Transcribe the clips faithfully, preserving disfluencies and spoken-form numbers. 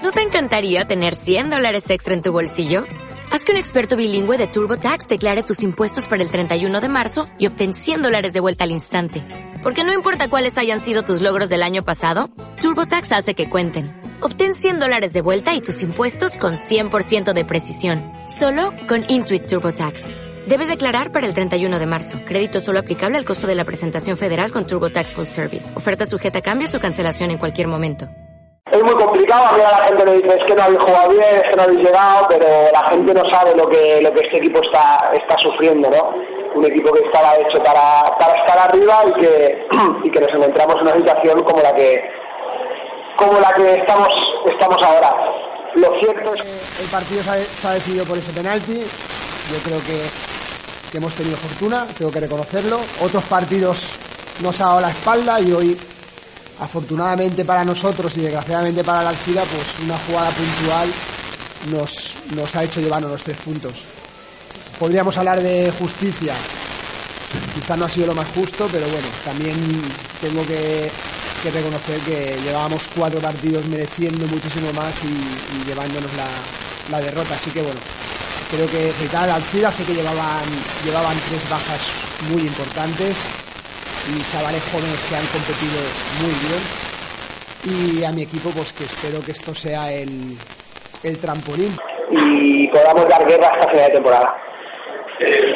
¿No te encantaría tener cien dólares extra en tu bolsillo? Haz que un experto bilingüe de TurboTax declare tus impuestos para el treinta y uno de marzo y obtén cien dólares de vuelta al instante. Porque no importa cuáles hayan sido tus logros del año pasado, TurboTax hace que cuenten. Obtén cien dólares de vuelta y tus impuestos con cien por ciento de precisión. Solo con Intuit TurboTax. Debes declarar para el treinta y uno de marzo. Crédito solo aplicable al costo de la presentación federal con TurboTax Full Service. Oferta sujeta a cambios o cancelación en cualquier momento. Es muy complicado, a mí a la gente le dice es que no habéis jugado bien, es que no habéis llegado, pero la gente no sabe lo que lo que este equipo está está sufriendo, ¿no? Un equipo que estaba hecho para, para estar arriba y que y que nos encontramos en una situación como la que como la que estamos estamos ahora. Lo cierto es que el partido se ha, se ha decidido por ese penalti. Yo creo que, que hemos tenido fortuna, tengo que reconocerlo. Otros partidos nos ha dado la espalda y hoy, afortunadamente para nosotros y desgraciadamente para la Alcira, pues una jugada puntual nos, nos ha hecho llevarnos los tres puntos. Podríamos hablar de justicia, quizás no ha sido lo más justo, pero bueno, también tengo que, que reconocer que llevábamos cuatro partidos mereciendo muchísimo más y, y llevándonos la, la derrota, así que bueno, creo que felicitar a la Alcira, sé que llevaban, llevaban tres bajas muy importantes y chavales jóvenes que han competido muy bien, y a mi equipo pues que espero que esto sea el, el trampolín y podamos dar guerra hasta final de temporada. Eh,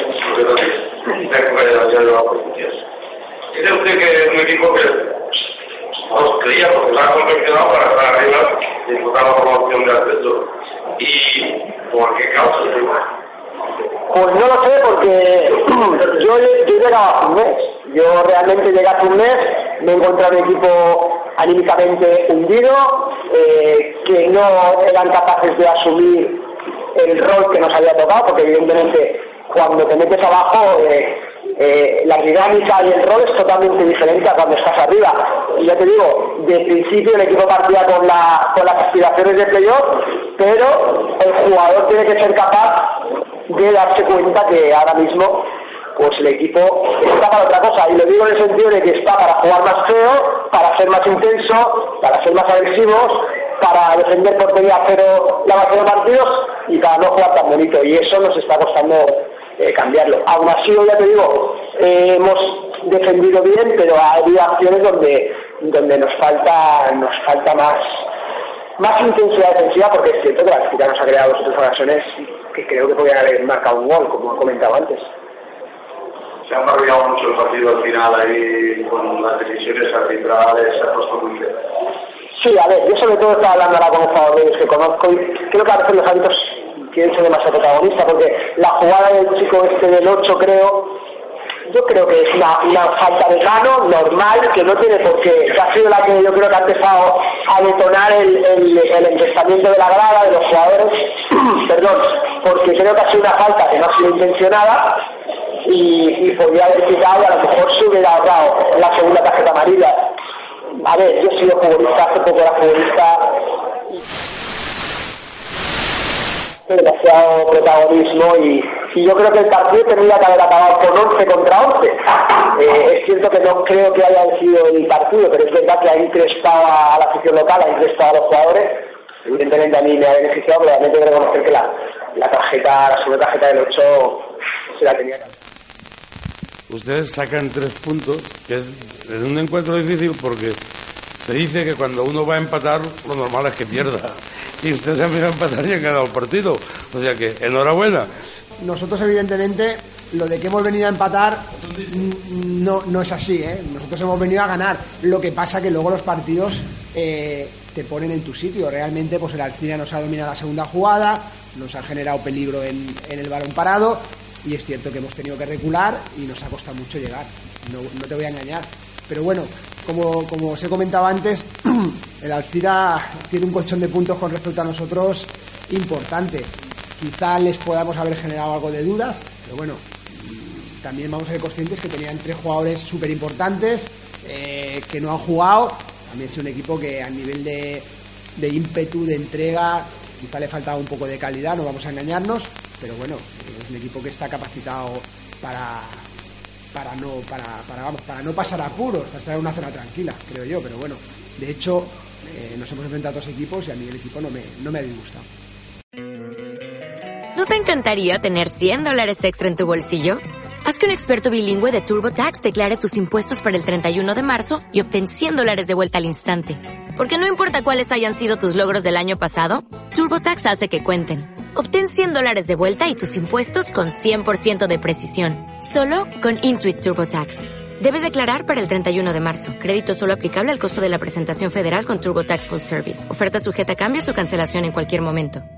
¿Cree usted que es un equipo que os creía porque lo ha confeccionado para estar arriba y disputar la promoción de ascenso? ¿Y por qué causa? Pues no lo sé, porque yo, yo llegaba hace un mes. Yo realmente llegué hace un mes, me encontré un equipo anímicamente hundido, eh, que no eran capaces de asumir el rol que nos había tocado, porque evidentemente cuando te metes abajo eh, eh, la dinámica y el rol es totalmente diferente a cuando estás arriba. Y ya te digo, de principio el equipo partía con, la, con las aspiraciones de playoff, pero el jugador tiene que ser capaz de darse cuenta que ahora mismo pues el equipo está para otra cosa, y lo digo en el sentido de que está para jugar más feo, para ser más intenso, para ser más agresivos, para defender portería cero la base de partidos y para no jugar tan bonito, y eso nos está costando eh, cambiarlo. Aún así, ya te digo, eh, hemos defendido bien, pero ha habido acciones donde donde nos falta nos falta más más intensidad defensiva, porque es cierto que la Alcira nos ha creado dos o tres ocasiones que creo que podrían haber marcado un gol, como he comentado antes. Se han barriado mucho el partido al final ahí con las decisiones arbitrales, se ha puesto muy bien. Sí, a ver, yo sobre todo estaba hablando ahora con los jugadores que conozco y creo que a veces los árbitros quieren ser demasiado protagonistas, porque la jugada del chico este del ocho, creo, yo creo que es una, una falta de mano normal, que no tiene por qué, que ha sido la que yo creo que ha empezado a detonar el, el, el empezamiento de la grada, de los jugadores, perdón, porque creo que ha sido una falta que no ha sido intencionada y, y podría haber quitado y a lo mejor se hubiera ahorrado la segunda tarjeta amarilla. A ver, yo he sido futbolista, hace poco era futbolista, demasiado protagonismo y, y yo creo que el partido tendría que haber acabado con once contra once. Eh, es cierto que no creo que haya sido el partido, pero es verdad que ha encrespado a la afición local, ha encrespado a los jugadores. Evidentemente a mí me ha beneficiado, pero realmente tengo que reconocer que la, la tarjeta, la segunda tarjeta del ocho se la tenía que hacer. Ustedes sacan tres puntos, que es, es un encuentro difícil porque se dice que cuando uno va a empatar, lo normal es que pierda. Y ustedes han empezado a empatar y han ganado el partido. O sea que, enhorabuena. Nosotros, evidentemente, lo de que hemos venido a empatar no, no es así, ¿eh? Nosotros hemos venido a ganar. Lo que pasa que luego los partidos eh, te ponen en tu sitio. Realmente, pues el Alcira nos ha dominado la segunda jugada, nos ha generado peligro en, en el balón parado. Y es cierto que hemos tenido que recular y nos ha costado mucho llegar, no, no te voy a engañar, pero bueno, como, como os he comentado antes, el Alcira tiene un colchón de puntos con respecto a nosotros importante. Quizá les podamos haber generado algo de dudas, pero bueno, también vamos a ser conscientes que tenían tres jugadores súper importantes eh, que no han jugado. También es un equipo que a nivel de, de ímpetu, de entrega, quizá le faltaba un poco de calidad, no vamos a engañarnos, pero bueno, es un equipo que está capacitado para para no para, para, vamos, para no pasar apuros, para estar en una zona tranquila, creo yo. Pero bueno, de hecho eh, nos hemos enfrentado a dos equipos y a mí el equipo no me, no me ha disgustado. ¿No te encantaría tener cien dólares extra en tu bolsillo? Haz que un experto bilingüe de TurboTax declare tus impuestos para el treinta y uno de marzo y obtén cien dólares de vuelta al instante. Porque no importa cuáles hayan sido tus logros del año pasado, TurboTax hace que cuenten. Obtén cien dólares de vuelta y tus impuestos con cien por ciento de precisión. Solo con Intuit TurboTax. Debes declarar para el treinta y uno de marzo. Crédito solo aplicable al costo de la presentación federal con TurboTax Full Service. Oferta sujeta a cambios o cancelación en cualquier momento.